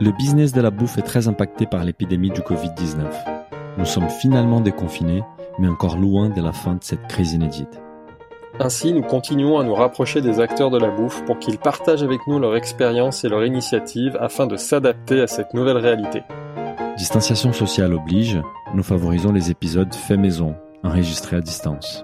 Le business de la bouffe est très impacté par l'épidémie du Covid-19. Nous sommes finalement déconfinés, mais encore loin de la fin de cette crise inédite. Ainsi, nous continuons à nous rapprocher des acteurs de la bouffe pour qu'ils partagent avec nous leur expérience et leur initiative afin de s'adapter à cette nouvelle réalité. Distanciation sociale oblige, nous favorisons les épisodes faits maison, enregistrés à distance.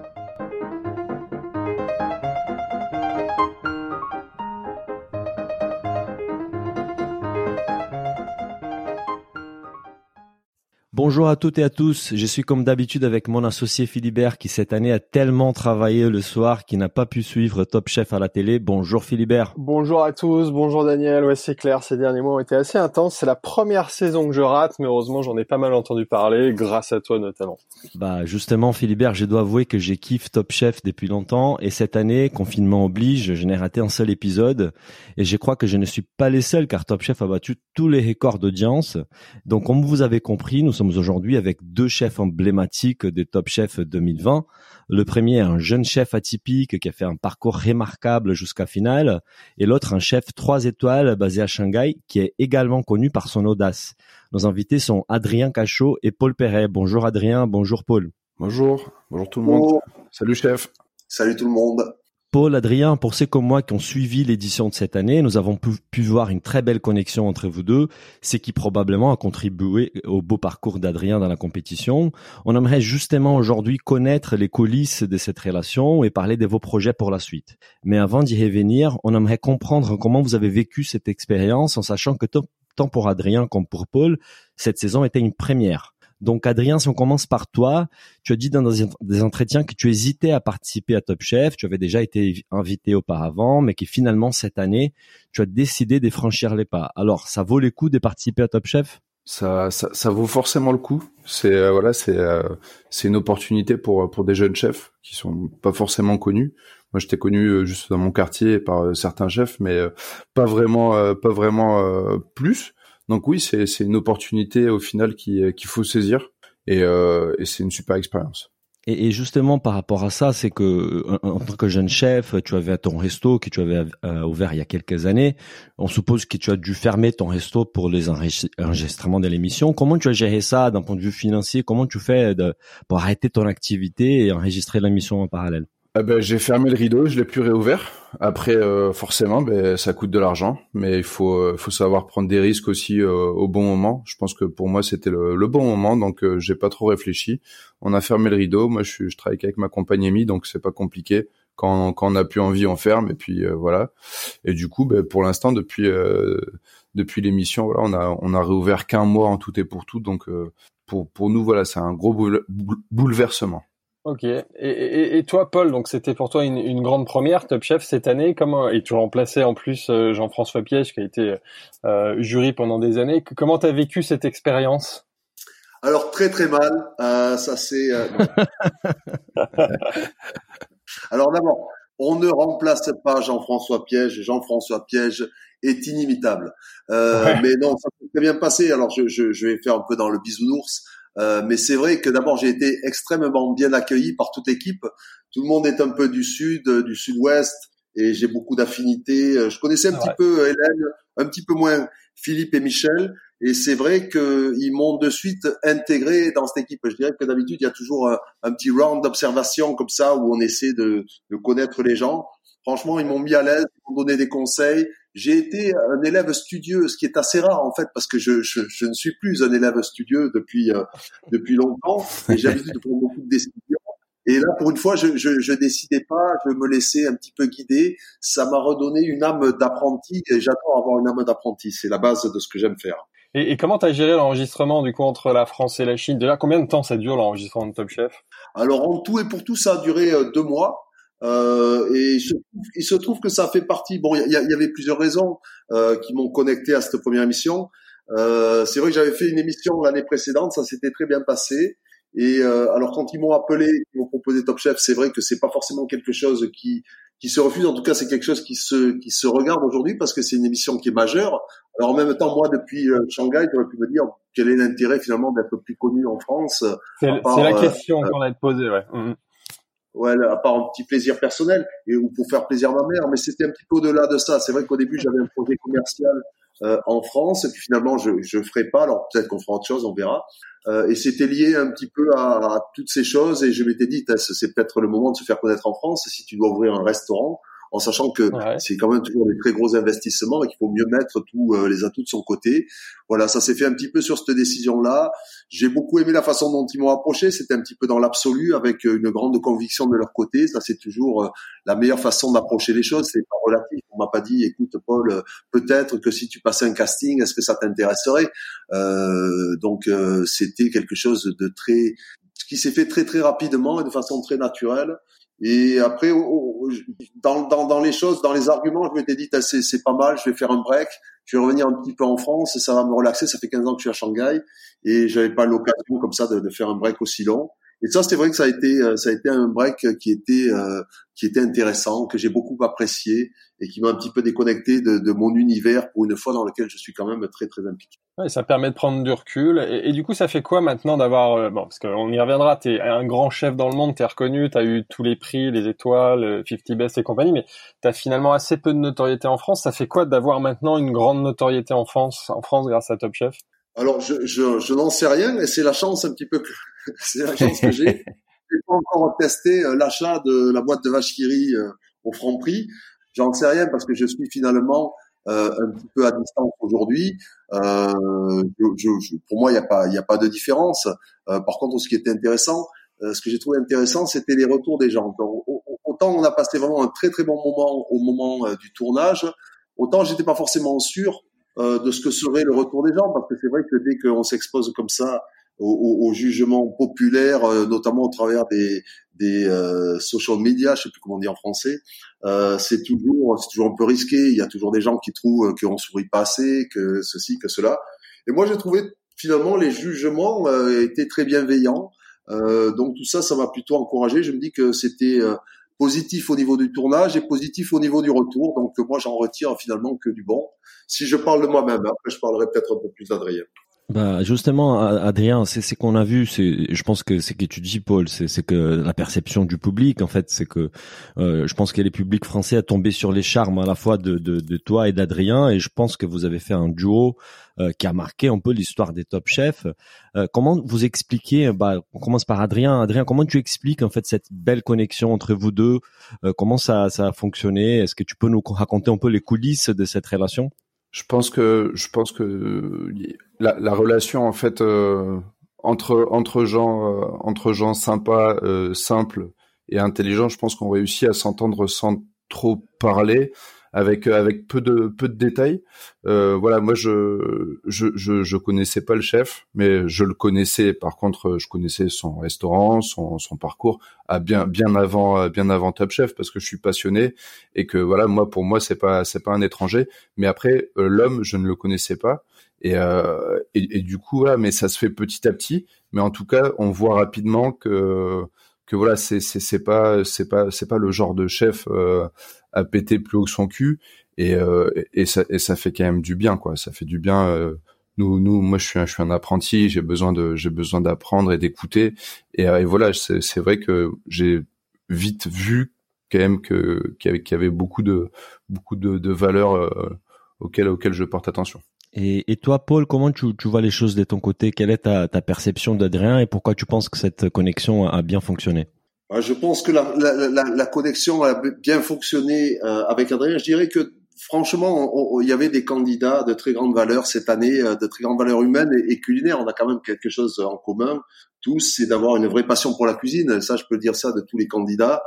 Bonjour à toutes et à tous, je suis comme d'habitude avec mon associé Philibert qui cette année a tellement travaillé le soir qu'il n'a pas pu suivre Top Chef à la télé. Bonjour Philibert. Bonjour à tous, bonjour Daniel, ouais c'est clair, ces derniers mois ont été assez intenses, c'est la première saison que je rate, mais heureusement j'en ai pas mal entendu parler, grâce à toi notamment. Bah justement Philibert, je dois avouer que j'ai kiffé Top Chef depuis longtemps et cette année, confinement oblige, je n'ai raté un seul épisode et je crois que je ne suis pas les seuls car Top Chef a battu tous les records d'audience. Donc comme vous avez compris, nous sommes aujourd'hui avec deux chefs emblématiques des Top Chef 2020. Le premier, un jeune chef atypique qui a fait un parcours remarquable jusqu'à finale, et l'autre, un chef 3 étoiles basé à Shanghai qui est également connu par son audace. Nos invités sont Adrien Cachot et Paul Perret. Bonjour Adrien, bonjour Paul. Bonjour tout le monde. Salut chef. Salut tout le monde. Paul, Adrien, pour ceux comme moi qui ont suivi l'édition de cette année, nous avons pu voir une très belle connexion entre vous deux, ce qui probablement a contribué au beau parcours d'Adrien dans la compétition. On aimerait justement aujourd'hui connaître les coulisses de cette relation et parler de vos projets pour la suite. Mais avant d'y revenir, on aimerait comprendre comment vous avez vécu cette expérience en sachant que tant pour Adrien comme pour Paul, cette saison était une première. Donc Adrien, si on commence par toi, tu as dit dans des entretiens que tu hésitais à participer à Top Chef, tu avais déjà été invité auparavant, mais que finalement cette année, tu as décidé de franchir les pas. Alors, ça vaut le coup de participer à Top Chef ? Ça vaut forcément le coup. C'est une opportunité pour des jeunes chefs qui sont pas forcément connus. Moi, j'étais connu juste dans mon quartier par certains chefs, mais pas vraiment plus. Donc oui, c'est une opportunité au final qu'il faut saisir et c'est une super expérience. Et justement par rapport à ça, c'est que en tant que jeune chef, tu avais ton resto que tu avais ouvert il y a quelques années. On suppose que tu as dû fermer ton resto pour les enregistrements de l'émission. Comment tu as géré ça d'un point de vue financier ? Comment tu fais pour arrêter ton activité et enregistrer l'émission en parallèle ? J'ai fermé le rideau, je l'ai plus réouvert. Après, forcément, ça coûte de l'argent, mais il faut savoir prendre des risques aussi au bon moment. Je pense que pour moi, c'était le bon moment, donc j'ai pas trop réfléchi. On a fermé le rideau. Moi, je travaille avec ma compagne Amy, donc c'est pas compliqué. Quand on a plus envie, on ferme, et puis voilà. Et du coup, pour l'instant, depuis l'émission, voilà, on a réouvert qu'un mois en tout et pour tout, donc pour nous, voilà, c'est un gros bouleversement. Ok. Et toi, Paul, donc c'était pour toi une grande première, Top Chef cette année. Et tu remplaçais en plus Jean-François Piège qui a été jury pendant des années. Comment t'as vécu cette expérience ? Alors très très mal. Ça c'est. Alors d'abord, on ne remplace pas Jean-François Piège. Jean-François Piège est inimitable. Ouais. Mais non, ça s'est très bien passé. Alors je vais faire un peu dans le bisounours. Mais c'est vrai que d'abord j'ai été extrêmement bien accueilli par toute l'équipe. Tout le monde est un peu du sud, du sud-ouest, et j'ai beaucoup d'affinités. Je connaissais un petit peu Hélène, un petit peu moins Philippe et Michel, et c'est vrai qu'ils m'ont de suite intégré dans cette équipe. Je dirais que d'habitude il y a toujours un petit round d'observation comme ça où on essaie de connaître les gens. Franchement, ils m'ont mis à l'aise, ils m'ont donné des conseils. J'ai été un élève studieux, ce qui est assez rare en fait, parce que je ne suis plus un élève studieux depuis longtemps, et j'ai l'habitude de prendre beaucoup de décisions. Et là, pour une fois, je décidais pas, je me laissais un petit peu guider. Ça m'a redonné une âme d'apprenti, et j'adore avoir une âme d'apprenti. C'est la base de ce que j'aime faire. Et comment t'as géré l'enregistrement du coup entre la France et la Chine ? Déjà, combien de temps ça dure l'enregistrement de Top Chef ? Alors en tout et pour tout, ça a duré 2 mois. Et il se trouve que ça fait partie. Bon, il y avait plusieurs raisons qui m'ont connecté à cette première émission. C'est vrai que j'avais fait une émission l'année précédente, ça s'était très bien passé. Et alors quand ils m'ont appelé, ils m'ont proposé Top Chef, c'est vrai que c'est pas forcément quelque chose qui se refuse. En tout cas, c'est quelque chose qui se regarde aujourd'hui parce que c'est une émission qui est majeure. Alors en même temps, moi depuis Shanghai, j'aurais pu me dire quel est l'intérêt finalement d'être plus connu en France. C'est la question qu'on a posée, ouais. Ouais, à part un petit plaisir personnel ou pour faire plaisir à ma mère, mais c'était un petit peu au-delà de ça. C'est vrai qu'au début, j'avais un projet commercial en France, et puis finalement je ferai pas. Alors peut-être qu'on fera autre chose, on verra. Et c'était lié un petit peu à toutes ces choses, et je m'étais dit, c'est peut-être le moment de se faire connaître en France. Si tu dois ouvrir un restaurant, en sachant que c'est quand même toujours des très gros investissements et qu'il faut mieux mettre tous les atouts de son côté. Voilà, ça s'est fait un petit peu sur cette décision-là. J'ai beaucoup aimé la façon dont ils m'ont approché. C'était un petit peu dans l'absolu, avec une grande conviction de leur côté. Ça, c'est toujours la meilleure façon d'approcher les choses. C'est pas relatif. On m'a pas dit, écoute, Paul, peut-être que si tu passais un casting, est-ce que ça t'intéresserait? Donc, c'était quelque chose de très, qui s'est fait très très rapidement et de façon très naturelle. Et après, dans les choses, dans les arguments, je m'étais dit, c'est pas mal, je vais faire un break, je vais revenir un petit peu en France, et ça va me relaxer. Ça fait 15 ans que je suis à Shanghai, et j'avais pas l'occasion comme ça de faire un break aussi long. Et ça, c'est vrai que ça a été un break qui était intéressant, que j'ai beaucoup apprécié, et qui m'a un petit peu déconnecté de mon univers pour une fois dans lequel je suis quand même très très impliqué. Ouais, ça permet de prendre du recul. Et du coup, ça fait quoi maintenant d'avoir... bon, parce qu'on y reviendra, t'es un grand chef dans le monde, t'es reconnu, t'as eu tous les prix, les étoiles, 50 Best et compagnie, mais t'as finalement assez peu de notoriété en France. Ça fait quoi d'avoir maintenant une grande notoriété en France grâce à Top Chef? Alors, je n'en sais rien, et c'est la chance un petit peu c'est la chance que j'ai. J'ai pas encore testé l'achat de la boîte de vache qui rit au Franprix. J'en sais rien parce que je suis finalement un petit peu à distance aujourd'hui. Pour moi, il y a pas de différence. Par contre, ce qui était intéressant, ce que j'ai trouvé intéressant, c'était les retours des gens. Donc, autant on a passé vraiment un très très bon moment au moment du tournage, autant j'étais pas forcément sûr de ce que serait le retour des gens, parce que c'est vrai que dès qu'on s'expose comme ça au jugement populaire, notamment au travers des social media, je sais plus comment on dit en français, c'est toujours un peu risqué. Il y a toujours des gens qui trouvent qu'on sourit pas assez, que ceci, que cela. Et moi, j'ai trouvé finalement les jugements étaient très bienveillants. Donc tout ça m'a plutôt encouragé. Je me dis que c'était positif au niveau du tournage et positif au niveau du retour. Donc moi, j'en retire finalement que du bon. Si je parle de moi-même, après je parlerai peut-être un peu plus d'Adrien. Bah justement, Adrien, c'est qu'on a vu, je pense que c'est que tu dis, Paul, c'est que la perception du public, en fait, c'est que je pense que les publics français a tombé sur les charmes à la fois de toi et d'Adrien, et je pense que vous avez fait un duo qui a marqué un peu l'histoire des Top Chefs. Comment vous expliquez, on commence par Adrien. Adrien, comment tu expliques en fait cette belle connexion entre vous deux? Comment ça a fonctionné? Est-ce que tu peux nous raconter un peu les coulisses de cette relation? Je pense que la relation en fait entre gens sympas, simples et intelligents, je pense qu'on réussit à s'entendre sans trop parler, avec peu de détails. Voilà, moi je connaissais pas le chef, mais je le connaissais. Par contre, je connaissais son restaurant, son parcours bien avant Top Chef, parce que je suis passionné et que voilà, pour moi c'est pas un étranger. Mais après, l'homme, je ne le connaissais pas. Et du coup voilà, mais ça se fait petit à petit. Mais en tout cas, on voit rapidement que voilà, c'est pas le genre de chef à péter plus haut que son cul, et ça fait quand même du bien, quoi. Ça fait du bien. Moi je suis un apprenti, j'ai besoin d'apprendre et d'écouter, et voilà, c'est vrai que j'ai vite vu quand même qu'il y avait beaucoup de valeurs auxquelles je porte attention. Et toi, Paul, comment tu vois les choses de ton côté? Quelle est ta perception d'Adrien, et pourquoi tu penses que cette connexion a bien fonctionné? Je pense que la connexion a bien fonctionné avec Adrien. Je dirais que franchement, il y avait des candidats de très grande valeur cette année, de très grande valeur humaine et culinaire. On a quand même quelque chose en commun, tous, c'est d'avoir une vraie passion pour la cuisine. Ça, je peux dire ça de tous les candidats,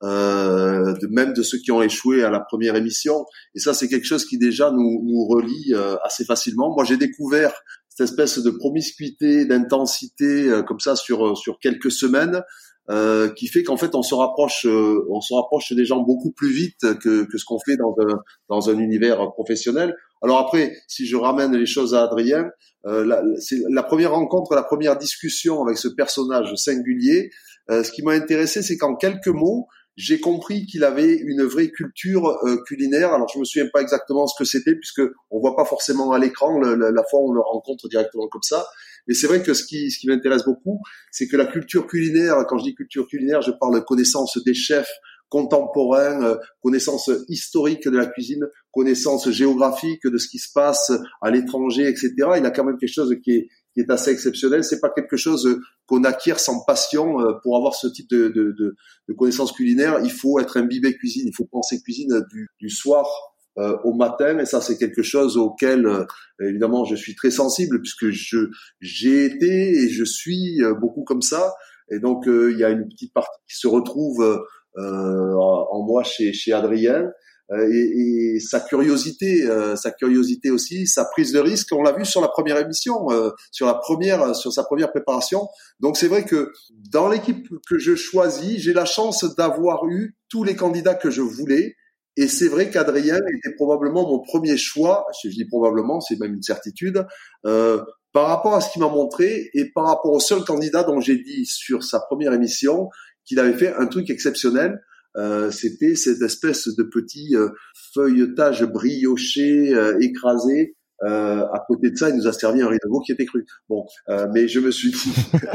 même de ceux qui ont échoué à la première émission. Et ça, c'est quelque chose qui déjà nous relie assez facilement. Moi, j'ai découvert cette espèce de promiscuité, d'intensité comme ça sur quelques semaines. Qui fait qu'en fait on se rapproche des gens beaucoup plus vite que ce qu'on fait dans un univers professionnel. Alors après, si je ramène les choses à Adrien, c'est la première rencontre, la première discussion avec ce personnage singulier. Ce qui m'a intéressé, c'est qu'en quelques mots, j'ai compris qu'il avait une vraie culture culinaire. Alors je me souviens pas exactement ce que c'était, puisque on voit pas forcément à l'écran la fois où on le rencontre directement comme ça. Mais c'est vrai que ce qui m'intéresse beaucoup, c'est que la culture culinaire, quand je dis culture culinaire, je parle de connaissance des chefs, contemporain, connaissance historique de la cuisine, connaissance géographique de ce qui se passe à l'étranger, etc. Il a quand même quelque chose qui est assez exceptionnel. C'est pas quelque chose qu'on acquiert sans passion. Pour avoir ce type de connaissances culinaires, il faut être imbibé cuisine, il faut penser cuisine du soir au matin, et ça c'est quelque chose auquel évidemment je suis très sensible, puisque j'ai été et je suis beaucoup comme ça, et donc il y a une petite partie qui se retrouve en moi chez Adrien, et sa curiosité aussi, sa prise de risque, on l'a vu sur la première émission, sur sa première préparation. Donc c'est vrai que dans l'équipe que je choisis, j'ai la chance d'avoir eu tous les candidats que je voulais. Et c'est vrai qu'Adrien était probablement mon premier choix. Je dis probablement, c'est même une certitude, par rapport à ce qu'il m'a montré et par rapport au seul candidat dont j'ai dit sur sa première émission qu'il avait fait un truc exceptionnel. C'était cette espèce de petit feuilletage brioché, écrasé. À côté de ça, il nous a servi un riz de veau qui était cru. Bon, mais je me suis dit...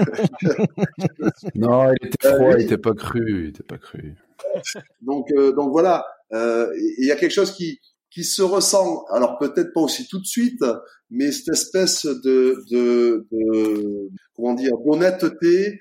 Non, il était froid, il était pas cru. Donc voilà, il y a quelque chose qui se ressent, alors peut-être pas aussi tout de suite, mais cette espèce de comment dire, d'honnêteté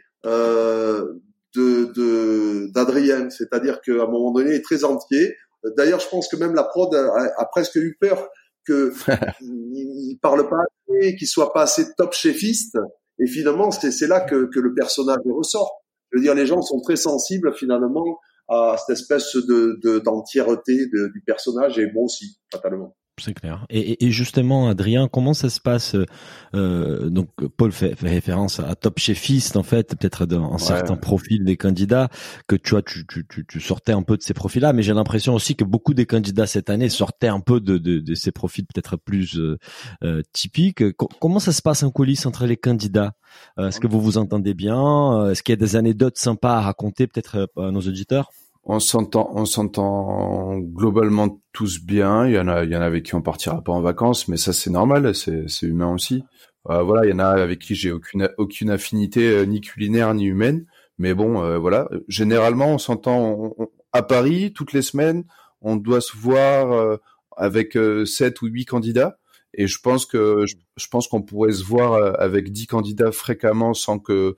d'Adrien, c'est-à-dire qu'à un moment donné, il est très entier. D'ailleurs, je pense que même la prod a presque eu peur que il parle pas assez, qu'il soit pas assez top chefiste, et finalement, c'est là que le personnage ressort. Je veux dire, les gens sont très sensibles finalement à cette espèce d'entièreté du personnage, et moi aussi, fatalement. C'est clair. Et justement, Adrien, comment ça se passe donc, Paul fait référence à Top Chefiste, en fait, peut-être dans un certain profil des candidats, que tu vois, tu sortais un peu de ces profils-là, mais j'ai l'impression aussi que beaucoup des candidats cette année sortaient un peu de ces profils peut-être plus typiques. Comment ça se passe en coulisses entre les candidats? Est-ce que vous vous entendez bien? Est-ce qu'il y a des anecdotes sympas à raconter peut-être à nos auditeurs? On s'entend globalement tous bien. Il y en a avec qui on partira pas en vacances, mais ça c'est normal, c'est humain aussi. Voilà, il y en a avec qui j'ai aucune affinité ni culinaire ni humaine, mais bon, voilà. Généralement, on s'entend à Paris toutes les semaines. On doit se voir avec 7 ou 8 candidats, et je pense qu'on pourrait se voir avec 10 candidats fréquemment sans que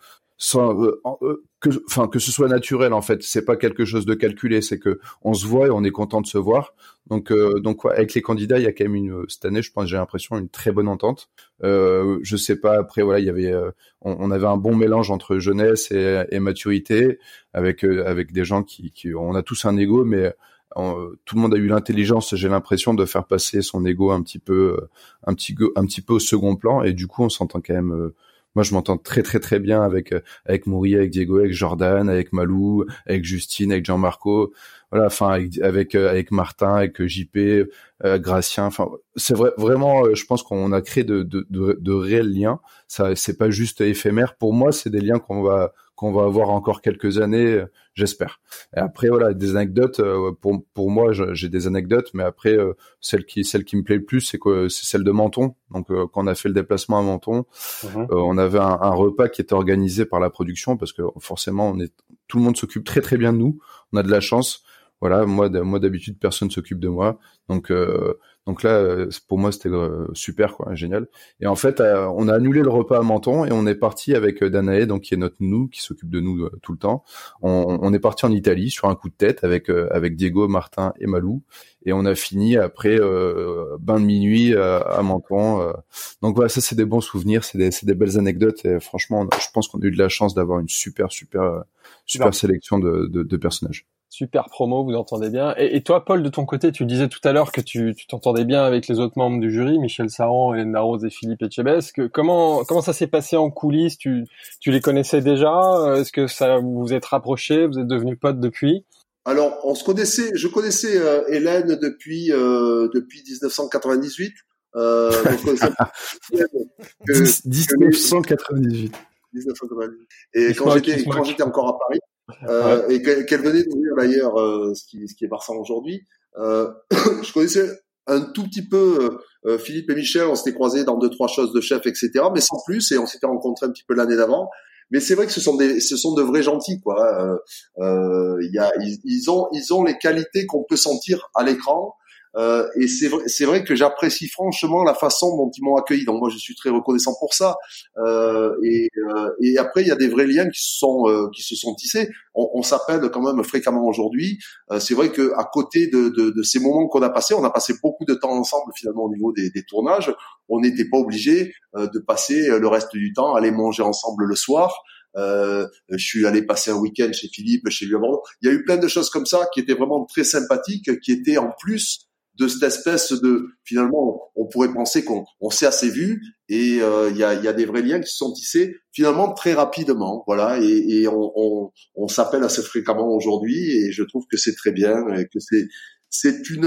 ce soit naturel, en fait. C'est pas quelque chose de calculé, c'est que on se voit et on est content de se voir. Donc ouais, avec les candidats, il y a quand même cette année, je pense, j'ai l'impression, une très bonne entente. Je sais pas, après voilà, il y avait on avait un bon mélange entre jeunesse et maturité, avec des gens qui on a tous un ego, mais tout le monde a eu l'intelligence, j'ai l'impression, de faire passer son ego un petit peu au second plan, et du coup on s'entend quand même. Moi, je m'entends très très très bien avec Moury, avec Diego, avec Jordan, avec Malou, avec Justine, avec Gianmarco. Voilà, enfin avec Martin, avec JP, Gracien. Enfin, c'est vraiment. Je pense qu'on a créé de réels liens. Ça, c'est pas juste éphémère. Pour moi, c'est des liens qu'on va avoir encore quelques années, j'espère. Et après, voilà, des anecdotes. Pour moi, j'ai des anecdotes, mais après, celle qui me plaît le plus, c'est celle de Menton. Donc, quand on a fait le déplacement à Menton, on avait un repas qui était organisé par la production, parce que forcément, tout le monde s'occupe très très bien de nous. On a de la chance. Voilà, moi d'habitude, personne s'occupe de moi. Donc là, pour moi, c'était super, quoi, génial. Et en fait, on a annulé le repas à Menton et on est parti avec Danae, donc qui est notre nounou, qui s'occupe de nous tout le temps. On est parti en Italie sur un coup de tête avec Diego, Martin et Malou, et on a fini après bain de minuit à Menton. Donc voilà, ça c'est des bons souvenirs, c'est des belles anecdotes, et franchement, je pense qu'on a eu de la chance d'avoir une super sélection de personnages. Super promo, vous entendez bien. Et toi, Paul, de ton côté, tu disais tout à l'heure que tu t'entendais bien avec les autres membres du jury, Michel Saran, Hélène Darroze et Philippe Etchebest. Comment ça s'est passé en coulisses? Tu les connaissais déjà? Est-ce que vous vous êtes rapprochés? Vous êtes devenus potes depuis? Alors, je connaissais Hélène depuis 1998. Donc, 1998. 1998. Et quand j'étais encore à Paris, et qu'elle venait d'ouvrir d'ailleurs ce qui est Marsan aujourd'hui, je connaissais un tout petit peu Philippe et Michel. On s'était croisés dans 2-3 choses de chef, etc., mais sans plus, et on s'était rencontrés un petit peu l'année d'avant. Mais c'est vrai que ce sont de vrais gentils, quoi. Ils ont les qualités qu'on peut sentir à l'écran. Et c'est vrai que j'apprécie franchement la façon dont ils m'ont accueilli. Donc moi, je suis très reconnaissant pour ça. Et après, il y a des vrais liens qui se sont tissés. On s'appelle quand même fréquemment aujourd'hui. C'est vrai que à côté de ces moments qu'on a passés, on a passé beaucoup de temps ensemble finalement au niveau des tournages. On n'était pas obligé de passer le reste du temps à aller manger ensemble le soir. Je suis allé passer un week-end chez Philippe, chez lui à Bordeaux. Il y a eu plein de choses comme ça qui étaient vraiment très sympathiques, qui étaient en plus de cette espèce de, finalement, on pourrait penser qu'on s'est assez vu, et il y a des vrais liens qui se sont tissés finalement très rapidement, voilà, et on s'appelle assez fréquemment aujourd'hui, et je trouve que c'est très bien, et que c'est une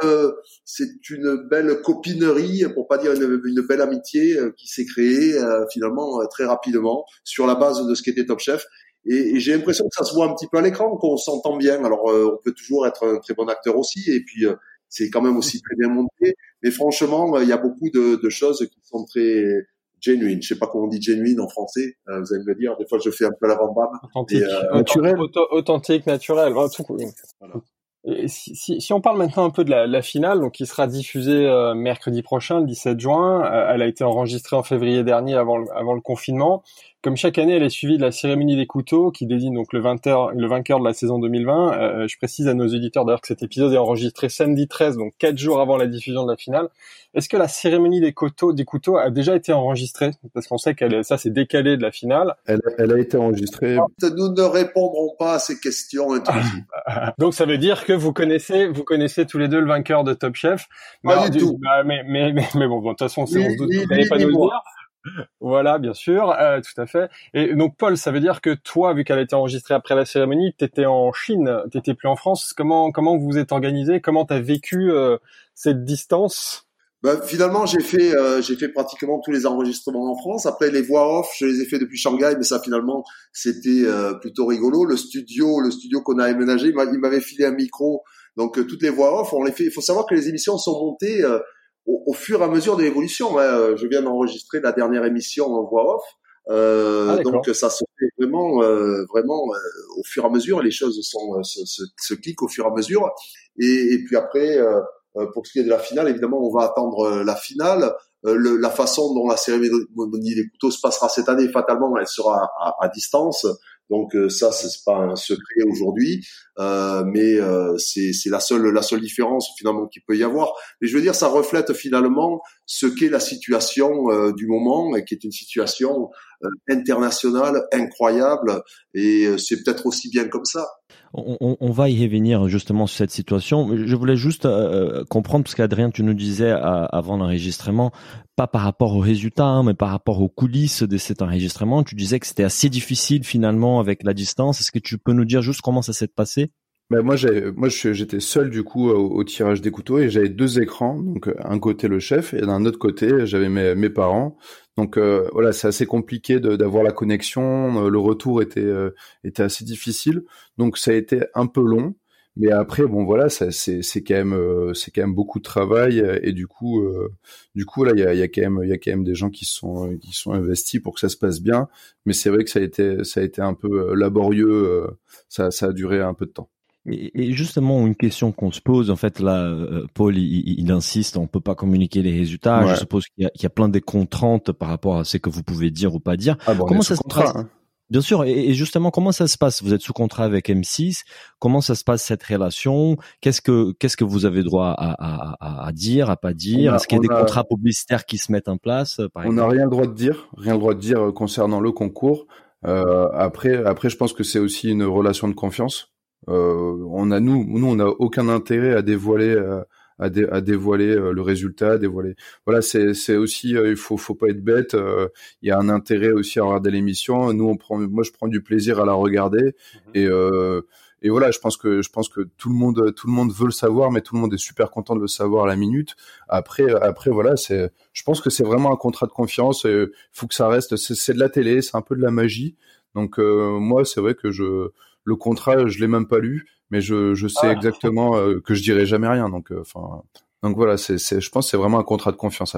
belle copinerie, pour pas dire une belle amitié qui s'est créée finalement très rapidement sur la base de ce qu'était Top Chef. Et j'ai l'impression que ça se voit un petit peu à l'écran, qu'on s'entend bien. Alors on peut toujours être un très bon acteur aussi, et puis c'est quand même aussi très bien monté. Mais franchement, il y a beaucoup de choses qui sont très genuine. Je sais pas comment on dit genuine en français. Vous allez me le dire. Des fois, je fais un peu la bambam. Authentique, naturel. Authentique, naturel. Voilà, tout. Voilà. Et si on parle maintenant un peu de la finale, donc qui sera diffusée mercredi prochain, le 17 juin. Elle a été enregistrée en février dernier avant le confinement. Comme chaque année, elle est suivie de la cérémonie des couteaux qui désigne donc le vainqueur de la saison 2020. Je précise à nos auditeurs d'ailleurs que cet épisode est enregistré samedi 13, donc 4 jours avant la diffusion de la finale. Est-ce que la cérémonie des couteaux a déjà été enregistrée? Parce qu'on sait ça c'est décalé de la finale. Elle a été enregistrée. Nous ne répondrons pas à ces questions intrusives. Donc ça veut dire que vous connaissez tous les deux le vainqueur de Top Chef. Pas du tout. Mais bon, de toute façon, on se doute que vous n'allez pas nous le dire. Voilà, bien sûr, tout à fait. Et donc, Paul, ça veut dire que toi, vu qu'elle a été enregistrée après la cérémonie, t'étais en Chine, t'étais plus en France. Comment vous vous êtes organisé? Comment t'as vécu cette distance? Finalement, j'ai fait pratiquement tous les enregistrements en France. Après, les voix off, je les ai fait depuis Shanghai, mais ça, finalement, c'était plutôt rigolo. Le studio qu'on a aménagé, il m'avait filé un micro. Donc, toutes les voix off, on les fait. Il faut savoir que les émissions sont montées au fur et à mesure de l'évolution. Je viens d'enregistrer la dernière émission en voix off. Donc ça se fait vraiment au fur et à mesure. Les choses se cliquent au fur et à mesure. Et puis après, pour ce qui est de la finale, évidemment, on va attendre la finale. La façon dont la cérémonie des couteaux se passera cette année, fatalement, elle sera à distance. Donc ça, c'est pas un secret aujourd'hui, mais c'est la seule différence finalement qu'il peut y avoir. Mais je veux dire, ça reflète finalement ce qu'est la situation du moment, qui est une situation internationale incroyable, et c'est peut-être aussi bien comme ça. On va y revenir justement sur cette situation. Je voulais juste comprendre, parce qu'Adrien, tu nous disais avant l'enregistrement, pas par rapport aux résultats, mais par rapport aux coulisses de cet enregistrement, tu disais que c'était assez difficile finalement avec la distance. Est-ce que tu peux nous dire juste comment ça s'est passé? Moi, j'étais seul du coup au tirage des couteaux, et j'avais 2 écrans, donc un côté le chef et d'un autre côté j'avais mes parents. Donc voilà, c'est assez compliqué d'avoir la connexion. Le retour était assez difficile, donc ça a été un peu long. Mais après, bon voilà, c'est quand même beaucoup de travail, et du coup là il y a quand même des gens qui sont investis pour que ça se passe bien. Mais c'est vrai que ça a été un peu laborieux. Ça a duré un peu de temps. Et justement, une question qu'on se pose, en fait, là, Paul, il insiste, on peut pas communiquer les résultats. Ouais. Je suppose qu'il y a plein de contraintes par rapport à ce que vous pouvez dire ou pas dire. Comment ça se passe? Bien sûr. Et justement, comment ça se passe? Vous êtes sous contrat avec M6. Comment ça se passe, cette relation? Qu'est-ce que vous avez droit à dire, à pas dire? Est-ce qu'il y a des contrats publicitaires qui se mettent en place, par exemple? On n'a rien le droit de dire concernant le concours. Après, je pense que c'est aussi une relation de confiance. On n'a aucun intérêt à dévoiler le résultat, voilà, c'est aussi il faut pas être bête. Il y a un intérêt aussi à regarder l'émission. Moi je prends du plaisir à la regarder, et voilà, je pense que tout le monde veut le savoir, mais tout le monde est super content de le savoir à la minute. Après voilà, je pense que c'est vraiment un contrat de confiance. Faut que ça reste, c'est de la télé, c'est un peu de la magie. Donc moi c'est vrai que le contrat, je l'ai même pas lu, mais je sais exactement que je dirai jamais rien. Donc voilà, je pense que c'est vraiment un contrat de confiance après.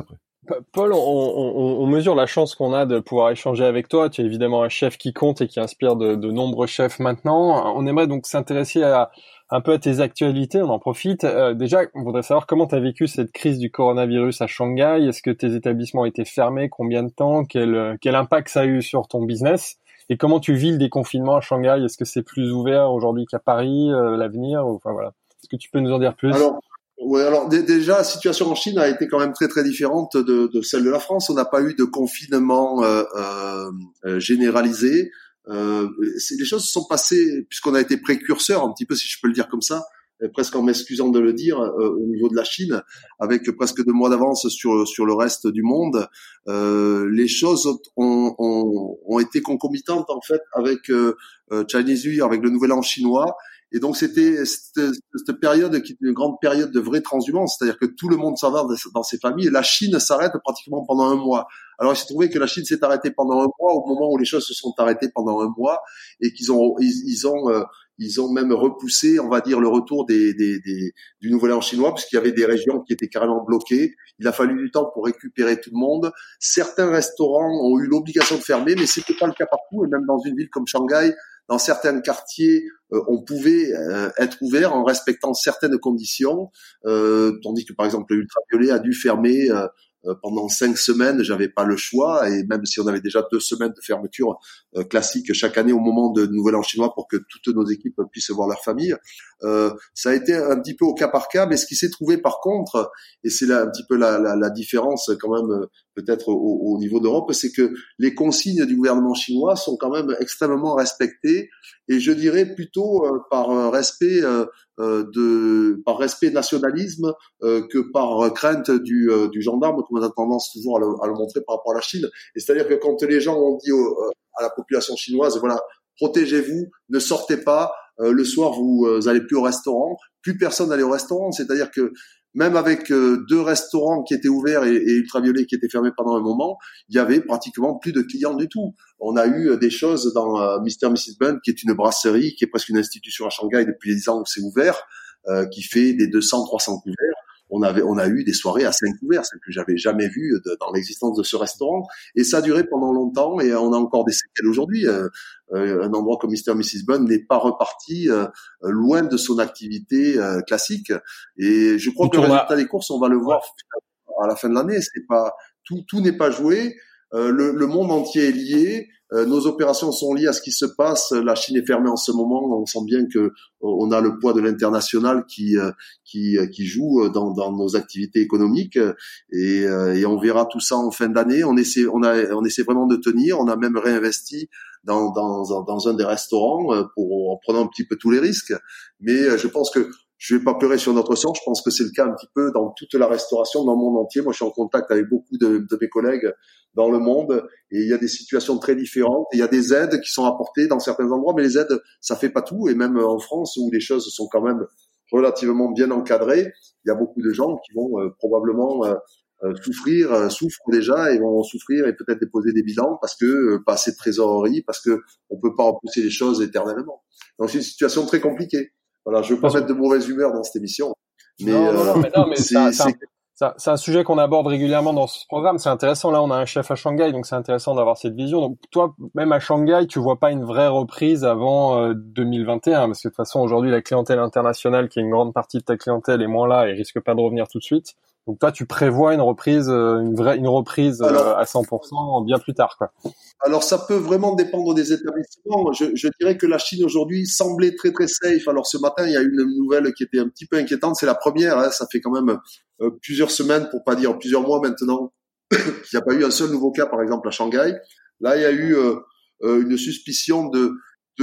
Paul, on mesure la chance qu'on a de pouvoir échanger avec toi. Tu es évidemment un chef qui compte et qui inspire de nombreux chefs maintenant. On aimerait donc s'intéresser un peu à tes actualités. On en profite. Déjà, on voudrait savoir comment tu as vécu cette crise du coronavirus à Shanghai. Est-ce que tes établissements étaient fermés? Combien de temps? Quel impact ça a eu sur ton business? Et comment tu vis le déconfinement à Shanghai? Est-ce que c'est plus ouvert aujourd'hui qu'à Paris, l'avenir? Enfin voilà. Est-ce que tu peux nous en dire plus? Alors déjà, la situation en Chine a été quand même très très différente de celle de la France. On n'a pas eu de confinement généralisé. Les choses se sont passées puisqu'on a été précurseur, un petit peu si je peux le dire comme ça, presque en m'excusant de le dire, au niveau de la Chine, avec presque 2 mois d'avance sur le reste du monde. Les choses ont été concomitantes en fait avec Chinese New Year, avec le Nouvel An chinois. Et donc c'était cette période qui est une grande période de vraie transhumance, c'est-à-dire que tout le monde s'en va dans ses familles et la Chine s'arrête pratiquement pendant 1 mois. Alors il s'est trouvé que la Chine s'est arrêtée pendant 1 mois au moment où les choses se sont arrêtées pendant 1 mois et qu'ils ont même repoussé, on va dire, le retour du Nouvel An chinois, puisqu'il y avait des régions qui étaient carrément bloquées. Il a fallu du temps pour récupérer tout le monde. Certains restaurants ont eu l'obligation de fermer, mais c'était pas le cas partout. Et même dans une ville comme Shanghai, dans certains quartiers, on pouvait être ouvert en respectant certaines conditions, tandis que par exemple le Ultraviolet a dû fermer pendant 5 semaines. J'avais pas le choix, et même si on avait déjà 2 semaines de fermeture classique chaque année au moment de Nouvel An chinois pour que toutes nos équipes puissent voir leur famille, ça a été un petit peu au cas par cas. Mais ce qui s'est trouvé par contre, et c'est là un petit peu la différence quand même peut-être au niveau d'Europe, c'est que les consignes du gouvernement chinois sont quand même extrêmement respectées, et je dirais plutôt par respect nationalisme que par crainte du gendarme, comme on a tendance toujours à le montrer par rapport à la Chine. Et c'est-à-dire que quand les gens ont dit à la population chinoise, voilà, protégez-vous, ne sortez pas, le soir vous allez plus au restaurant, plus personne n'allait au restaurant. C'est-à-dire que même avec 2 restaurants qui étaient ouverts et Ultraviolet qui étaient fermés pendant un moment, il y avait pratiquement plus de clients du tout. On a eu des choses dans Mr. et Mrs. Bun, qui est une brasserie, qui est presque une institution à Shanghai depuis les 10 ans où c'est ouvert, qui fait des 200-300 couverts. On a eu des soirées à 5 couverts, ce que j'avais jamais vu dans l'existence de ce restaurant. Et ça a duré pendant longtemps, et on a encore des séquelles aujourd'hui. Un endroit comme Mr. et Mrs. Bun n'est pas reparti loin de son activité classique. Et je crois que le résultat des courses, on va le voir à la fin de l'année. C'est pas tout n'est pas joué. Le monde entier est lié. Nos opérations sont liées à ce qui se passe. La Chine est fermée en ce moment. On sent bien que on a le poids de l'international qui joue dans nos activités économiques, et on verra tout ça en fin d'année. On essaie vraiment de tenir. On a même réinvesti dans un des restaurants en prenant un petit peu tous les risques. Mais je pense que je vais pas pleurer sur notre sort. Je pense que c'est le cas un petit peu dans toute la restauration dans le monde entier. Moi, je suis en contact avec beaucoup de mes collègues dans le monde, et il y a des situations très différentes. Il y a des aides qui sont apportées dans certains endroits, mais les aides, ça fait pas tout. Et même en France, où les choses sont quand même relativement bien encadrées, il y a beaucoup de gens qui vont probablement souffrent déjà, et vont souffrir et peut-être déposer des bilans parce que pas assez de trésorerie, parce que on peut pas repousser les choses éternellement. Donc c'est une situation très compliquée. Voilà, je veux pas mettre de mauvaise humeur dans cette émission, mais mais c'est un sujet qu'on aborde régulièrement dans ce programme. C'est intéressant. Là, on a un chef à Shanghai, donc c'est intéressant d'avoir cette vision. Donc, toi, même à Shanghai, tu vois pas une vraie reprise avant 2021, parce que de toute façon, aujourd'hui, la clientèle internationale, qui est une grande partie de ta clientèle, est moins là et risque pas de revenir tout de suite. Donc, toi, tu prévois une reprise, une reprise à 100% bien plus tard, quoi. Alors, ça peut vraiment dépendre des établissements. Je dirais que la Chine aujourd'hui semblait très très safe. Alors, ce matin, il y a une nouvelle qui était un petit peu inquiétante. C'est la première. Hein, ça fait quand même plusieurs semaines, pour pas dire plusieurs mois maintenant, qu'il n'y a pas eu un seul nouveau cas, par exemple à Shanghai. Là, il y a eu une suspicion de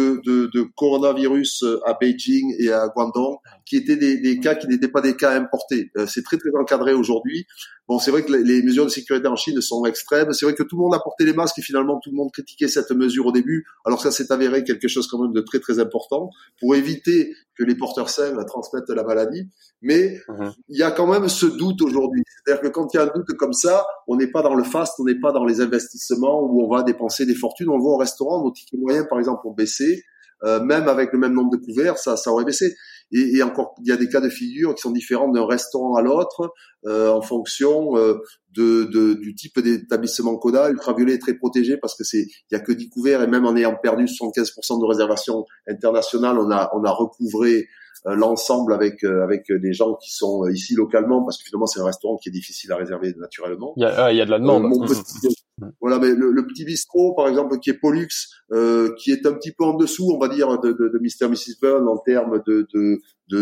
coronavirus à Beijing et à Guangdong, qui étaient des cas qui n'étaient pas des cas importés. C'est très très encadré aujourd'hui. Bon, c'est vrai que les mesures de sécurité en Chine sont extrêmes. C'est vrai que tout le monde a porté les masques et finalement tout le monde critiquait cette mesure au début. Alors ça s'est avéré quelque chose quand même de très très important pour éviter que les porteurs sains transmettent la maladie. Mais il y a quand même ce doute aujourd'hui. C'est-à-dire que quand il y a un doute comme ça, on n'est pas dans le fast, on n'est pas dans les investissements où on va dépenser des fortunes. On va au restaurant, nos tickets moyens par exemple ont baissé. Même avec le même nombre de couverts, ça aurait baissé. et encore, il y a des cas de figure qui sont différents d'un restaurant à l'autre, en fonction du type d'établissement qu'on a. Ultraviolet est très protégé parce que il y a que 10 couverts, et même en ayant perdu 75% de réservations internationales, on a recouvré l'ensemble avec des gens qui sont ici localement, parce que finalement c'est un restaurant qui est difficile à réserver naturellement. Il y a de la demande. Voilà, mais le petit bistrot, par exemple, qui est Pollux, qui est un petit peu en dessous, on va dire, de Mr. et Mrs. Burn en termes de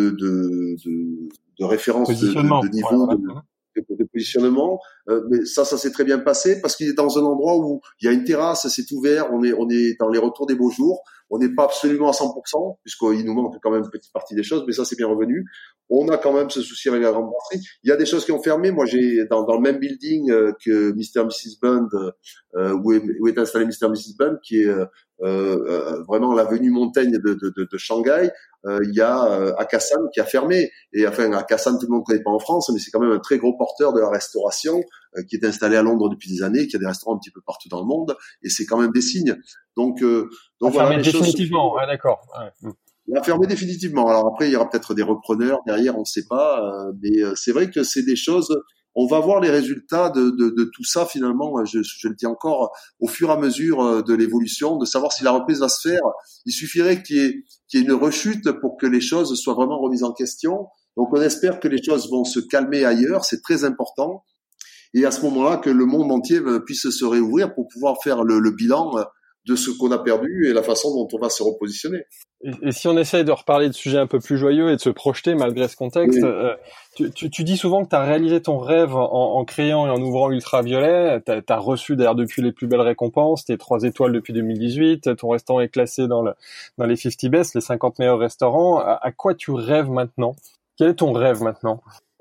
référence de niveau, de positionnement, mais ça s'est très bien passé parce qu'il est dans un endroit où il y a une terrasse, c'est ouvert, on est dans les retours des beaux jours, on n'est pas absolument à 100%, puisqu'il nous manque quand même une petite partie des choses, mais ça c'est bien revenu. On a quand même ce souci avec la grande brasserie. Il y a des choses qui ont fermé. Moi, j'ai dans le même building que Mr. et Mrs. Bund, où est installé Mr. et Mrs. Bund, qui est vraiment l'avenue Montaigne de Shanghai. Il y a Hakkasan qui a fermé. Et enfin, Hakkasan, tout le monde ne connaît pas en France, mais c'est quand même un très gros porteur de la restauration qui est installé à Londres depuis des années, qui a des restaurants un petit peu partout dans le monde. Et c'est quand même des signes. Donc voilà, définitivement. Ouais, d'accord. Ouais. Il a fermé définitivement. Alors après, il y aura peut-être des repreneurs derrière, on ne sait pas. Mais c'est vrai que c'est des choses. On va voir les résultats de tout ça finalement. Je le dis encore, au fur et à mesure de l'évolution, de savoir si la reprise va se faire. Il suffirait qu'il y ait une rechute pour que les choses soient vraiment remises en question. Donc on espère que les choses vont se calmer ailleurs. C'est très important. Et à ce moment-là, que le monde entier puisse se réouvrir pour pouvoir faire le bilan de ce qu'on a perdu et la façon dont on va se repositionner. Et si on essaye de reparler de sujets un peu plus joyeux et de se projeter malgré ce contexte, oui. Tu dis souvent que tu as réalisé ton rêve en créant et en ouvrant Ultraviolet. Tu as reçu d'ailleurs depuis les plus belles récompenses, tes 3 étoiles depuis 2018, ton restaurant est classé dans les 50 best, les 50 meilleurs restaurants. À quoi tu rêves maintenant? Quel est ton rêve maintenant?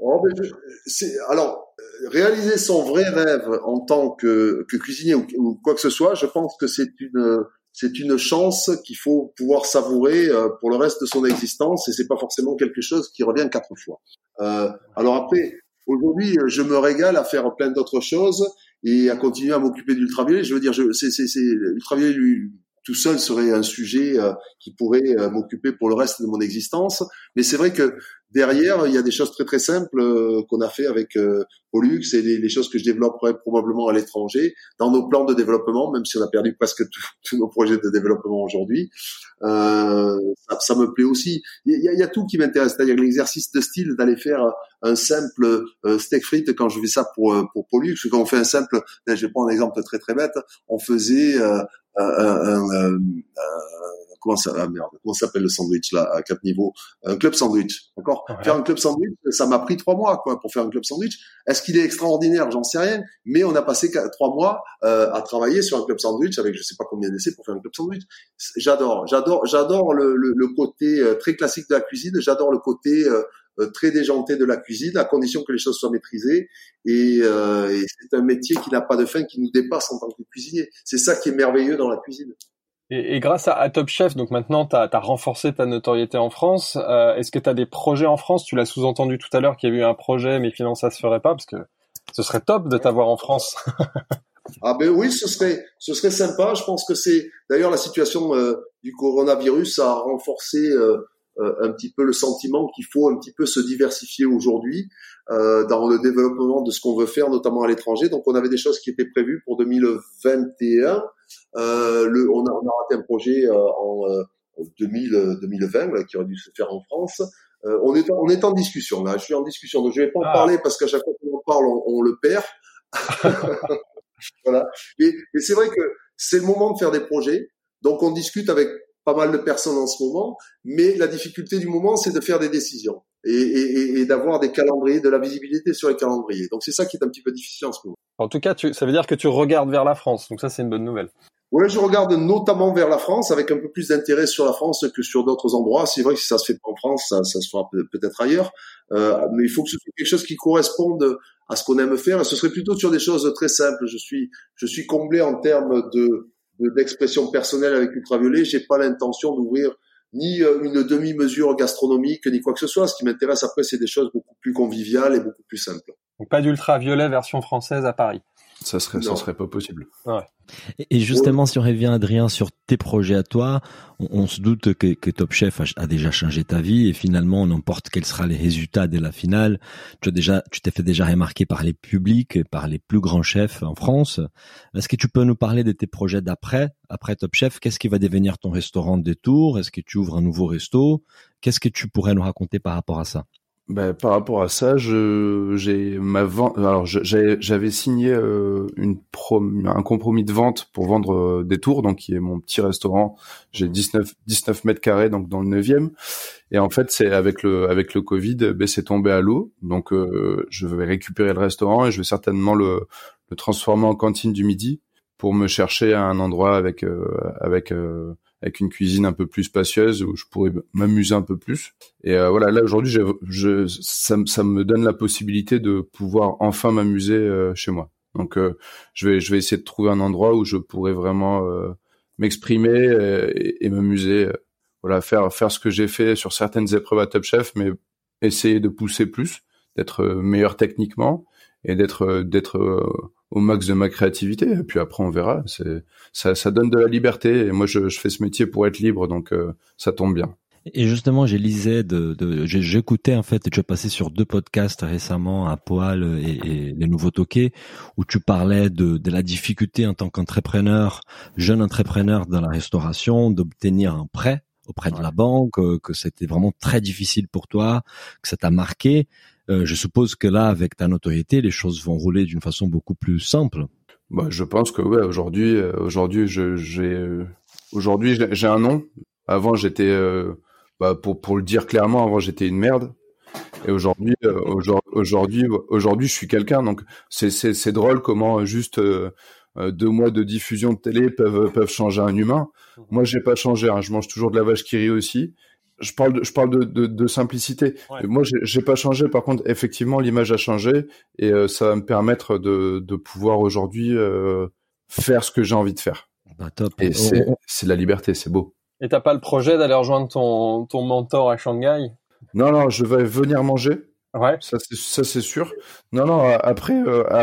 Alors, réaliser son vrai rêve en tant que cuisinier ou quoi que ce soit, je pense que c'est une chance qu'il faut pouvoir savourer pour le reste de son existence, et c'est pas forcément quelque chose qui revient 4 fois. Alors après, aujourd'hui, je me régale à faire plein d'autres choses et à continuer à m'occuper d'Ultraviolet. Je veux dire, Ultraviolet lui tout seul serait un sujet qui pourrait m'occuper pour le reste de mon existence. Mais c'est vrai que derrière, il y a des choses très très simples qu'on a fait avec Pollux, et les choses que je développerai probablement à l'étranger dans nos plans de développement, même si on a perdu presque tous nos projets de développement aujourd'hui. Ça me plaît aussi. Il y a tout qui m'intéresse, c'est-à-dire l'exercice de style, d'aller faire un simple steak frites quand je fais ça pour Pollux, quand on fait un simple, je vais prendre un exemple très très bête, on faisait comment s'appelle le sandwich là à 4 niveaux, un club sandwich, d'accord? Ouais. Faire un club sandwich, ça m'a pris 3 mois pour faire un club sandwich. Est-ce qu'il est extraordinaire? J'en sais rien, mais on a passé 3 mois à travailler sur un club sandwich avec je sais pas combien d'essais pour faire un club sandwich. J'adore le côté très classique de la cuisine, j'adore le côté très déjanté de la cuisine, à condition que les choses soient maîtrisées, et c'est un métier qui n'a pas de fin, qui nous dépasse en tant que cuisinier. C'est ça qui est merveilleux dans la cuisine. Et grâce à Top Chef, donc maintenant t'as renforcé ta notoriété en France. Est-ce que t'as des projets en France? Tu l'as sous-entendu tout à l'heure qu'il y avait eu un projet, mais finalement ça se ferait pas, parce que ce serait top de t'avoir en France. Ah ben oui, ce serait sympa. Je pense que c'est d'ailleurs la situation du coronavirus a renforcé un petit peu le sentiment qu'il faut un petit peu se diversifier aujourd'hui dans le développement de ce qu'on veut faire, notamment à l'étranger. Donc on avait des choses qui étaient prévues pour 2021. On a raté un projet en 2020 là, qui aurait dû se faire en France. On est en discussion là. Je suis en discussion, donc je vais pas en parler parce qu'à chaque fois qu'on en parle, on le perd. Voilà. Mais c'est vrai que c'est le moment de faire des projets. Donc on discute avec pas mal de personnes en ce moment, mais la difficulté du moment, c'est de faire des décisions et d'avoir des calendriers, de la visibilité sur les calendriers. Donc c'est ça qui est un petit peu difficile en ce moment. En tout cas, ça veut dire que tu regardes vers la France, donc ça c'est une bonne nouvelle. Oui, je regarde notamment vers la France, avec un peu plus d'intérêt sur la France que sur d'autres endroits. C'est vrai que si ça se fait pas en France, ça se fera peut-être ailleurs, mais il faut que ce soit quelque chose qui corresponde à ce qu'on aime faire, et ce serait plutôt sur des choses très simples. Je suis comblé en termes d'expression personnelle avec Ultraviolet. J'ai pas l'intention d'ouvrir ni une demi-mesure gastronomique, ni quoi que ce soit. Ce qui m'intéresse après, c'est des choses beaucoup plus conviviales et beaucoup plus simples. Donc pas d'Ultraviolet version française à Paris. Ça serait pas possible. Ouais. Et justement, si on revient, Adrien, sur tes projets à toi, on se doute que Top Chef a déjà changé ta vie et finalement, n'importe quels seront les résultats dès la finale. Tu t'es fait déjà remarquer par les publics et par les plus grands chefs en France. Est-ce que tu peux nous parler de tes projets après Top Chef? Qu'est-ce qui va devenir ton restaurant de Tours? Est-ce que tu ouvres un nouveau resto? Qu'est-ce que tu pourrais nous raconter par rapport à ça? Par rapport à ça, j'ai ma vente. Alors, j'avais signé un compromis de vente pour vendre des Tours, donc qui est mon petit restaurant. J'ai 19 mètres carrés, donc dans le 9e. Et en fait, c'est avec le Covid, c'est tombé à l'eau. Donc, je vais récupérer le restaurant et je vais certainement le transformer en cantine du midi pour me chercher à un endroit avec une cuisine un peu plus spacieuse où je pourrais m'amuser un peu plus. Et voilà, là aujourd'hui, ça me donne la possibilité de pouvoir enfin m'amuser chez moi. Donc je vais essayer de trouver un endroit où je pourrais vraiment m'exprimer et m'amuser. Voilà, faire ce que j'ai fait sur certaines épreuves à Top Chef, mais essayer de pousser plus, d'être meilleur techniquement et d'être au max de ma créativité. Et puis après, on verra. Ça donne de la liberté. Et moi, je fais ce métier pour être libre, donc ça tombe bien. Et justement, j'écoutais en fait, tu as passé sur 2 podcasts récemment, à Poil et Les Nouveaux Toqués, où tu parlais de la difficulté en tant qu'entrepreneur, jeune entrepreneur dans la restauration, d'obtenir un prêt auprès de la banque, que c'était vraiment très difficile pour toi, que ça t'a marqué. Je suppose que là, avec ta notoriété, les choses vont rouler d'une façon beaucoup plus simple. Je pense que ouais, aujourd'hui j'ai un nom. Avant, j'étais pour le dire clairement, avant j'étais une merde. Et aujourd'hui, je suis quelqu'un. Donc c'est drôle comment juste 2 mois de diffusion de télé peuvent changer un humain. Moi, j'ai pas changé. Je mange toujours de la vache qui rit aussi. Je parle de simplicité. Ouais. Moi, j'ai pas changé. Par contre, effectivement, l'image a changé et ça va me permettre de pouvoir aujourd'hui faire ce que j'ai envie de faire. Top. Et c'est la liberté, c'est beau. Et t'as pas le projet d'aller rejoindre ton mentor à Shanghai? Non, je vais venir manger. Ouais. Ça c'est sûr. Non, après,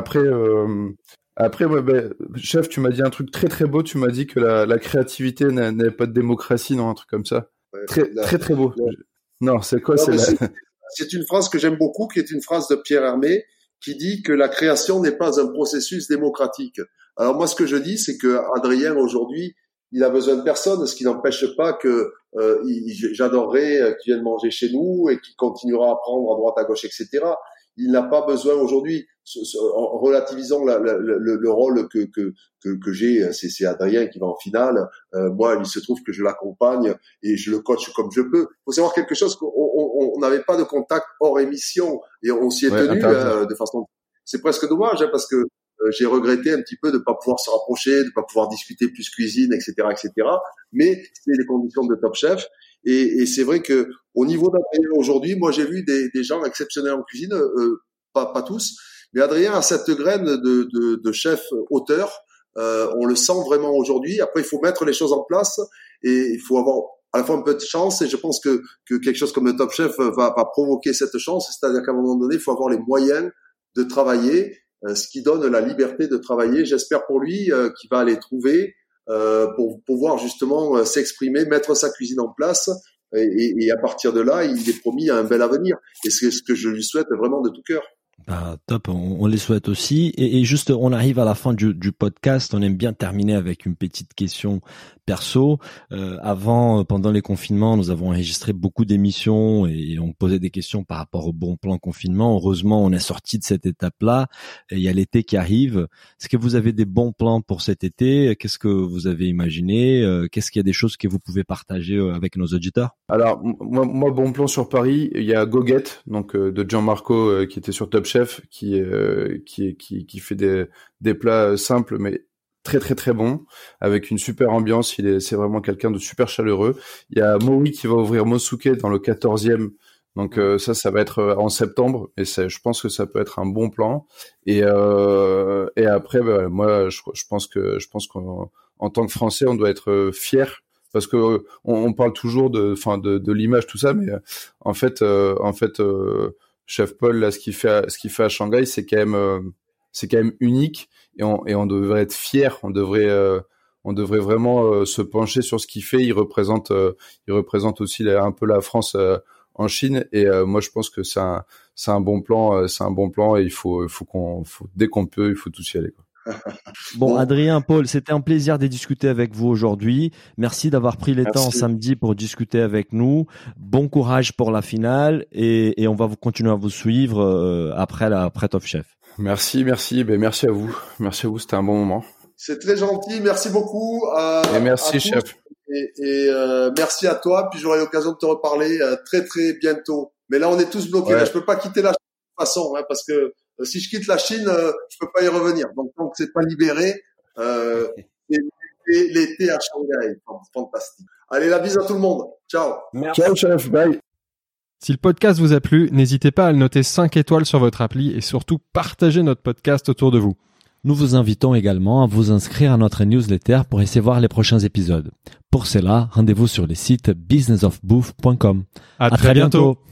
chef, tu m'as dit un truc très très beau. Tu m'as dit que la créativité n'avait pas de démocratie, non, un truc comme ça. Ouais, très beau. Non, c'est quoi? C'est une phrase que j'aime beaucoup, qui est une phrase de Pierre Hermé, qui dit que la création n'est pas un processus démocratique. Alors moi, ce que je dis, c'est que Adrien aujourd'hui, il a besoin de personne, ce qui n'empêche pas que j'adorerais qu'il vienne manger chez nous et qu'il continuera à prendre à droite, à gauche, etc. Il n'a pas besoin aujourd'hui, en relativisant le rôle que j'ai, c'est Adrien qui va en finale. Moi, il se trouve que je l'accompagne et je le coach comme je peux. Il faut savoir quelque chose, qu'on n'avait pas de contact hors émission et on s'y est tenu de façon. C'est presque dommage parce que j'ai regretté un petit peu de pas pouvoir se rapprocher, de pas pouvoir discuter plus cuisine, etc., etc. Mais c'est les conditions de Top Chef. Et c'est vrai que au niveau d'Adrien aujourd'hui, moi j'ai vu des gens exceptionnels en cuisine, pas tous, mais Adrien a cette graine de chef auteur. On le sent vraiment aujourd'hui. Après, il faut mettre les choses en place et il faut avoir à la fois un peu de chance. Et je pense que quelque chose comme le Top Chef va provoquer cette chance. C'est-à-dire qu'à un moment donné, il faut avoir les moyens de travailler. Ce qui donne la liberté de travailler. J'espère pour lui qu'il va aller trouver pour pouvoir justement s'exprimer, mettre sa cuisine en place et à partir de là, il est promis à un bel avenir. Et c'est ce que je lui souhaite vraiment de tout cœur. Top, on les souhaite aussi. Et juste, on arrive à la fin du podcast. On aime bien terminer avec une petite question perso. Pendant les confinements, nous avons enregistré beaucoup d'émissions et on posait des questions par rapport au bon plan confinement. Heureusement, on est sorti de cette étape-là. Et il y a l'été qui arrive. Est-ce que vous avez des bons plans pour cet été? Qu'est-ce que vous avez imaginé? Qu'est-ce qu'il y a des choses que vous pouvez partager avec nos auditeurs? Alors, moi, bon plan sur Paris. Il y a Goguette, donc de Gianmarco, qui était sur Top Chef, qui fait des plats simples mais très très très bons, avec une super ambiance. C'est vraiment quelqu'un de super chaleureux. Il y a Maui qui va ouvrir Mosuke dans le 14e, donc ça va être en septembre, et je pense que ça peut être un bon plan. Et après, moi je pense qu'en tant que Français, on doit être fier. Parce que on parle toujours de l'image, tout ça, mais en fait, Chef Paul, là, ce qu'il fait à Shanghai, c'est quand même c'est quand même unique et on devrait être fier. On devrait vraiment se pencher sur ce qu'il fait. Il représente aussi un peu la France en Chine. Et moi, je pense que c'est un bon plan. C'est un bon plan et dès qu'on peut, il faut tous y aller, quoi. Bon, Adrien, Paul, c'était un plaisir de discuter avec vous aujourd'hui. Merci d'avoir pris le temps samedi pour discuter avec nous. Bon courage pour la finale et on va continuer à vous suivre après Top Chef. Merci. Ben, merci à vous. C'était un bon moment. C'est très gentil. Merci beaucoup. Et merci, chef. Et merci à toi. Puis j'aurai l'occasion de te reparler très très bientôt. Mais là, on est tous bloqués. Ouais. Là, je peux pas quitter la Chine de toute façon, hein, parce que si je quitte la Chine, je peux pas y revenir. Donc tant que c'est pas libéré, l'été à Shanghai, fantastique. Allez, la bise à tout le monde. Ciao. Merci. Ciao, chef. Bye. Si le podcast vous a plu, n'hésitez pas à le noter 5 étoiles sur votre appli et surtout partagez notre podcast autour de vous. Nous vous invitons également à vous inscrire à notre newsletter pour essayer voir les prochains épisodes. Pour cela, rendez-vous sur le site businessofbouffe.com. À très bientôt.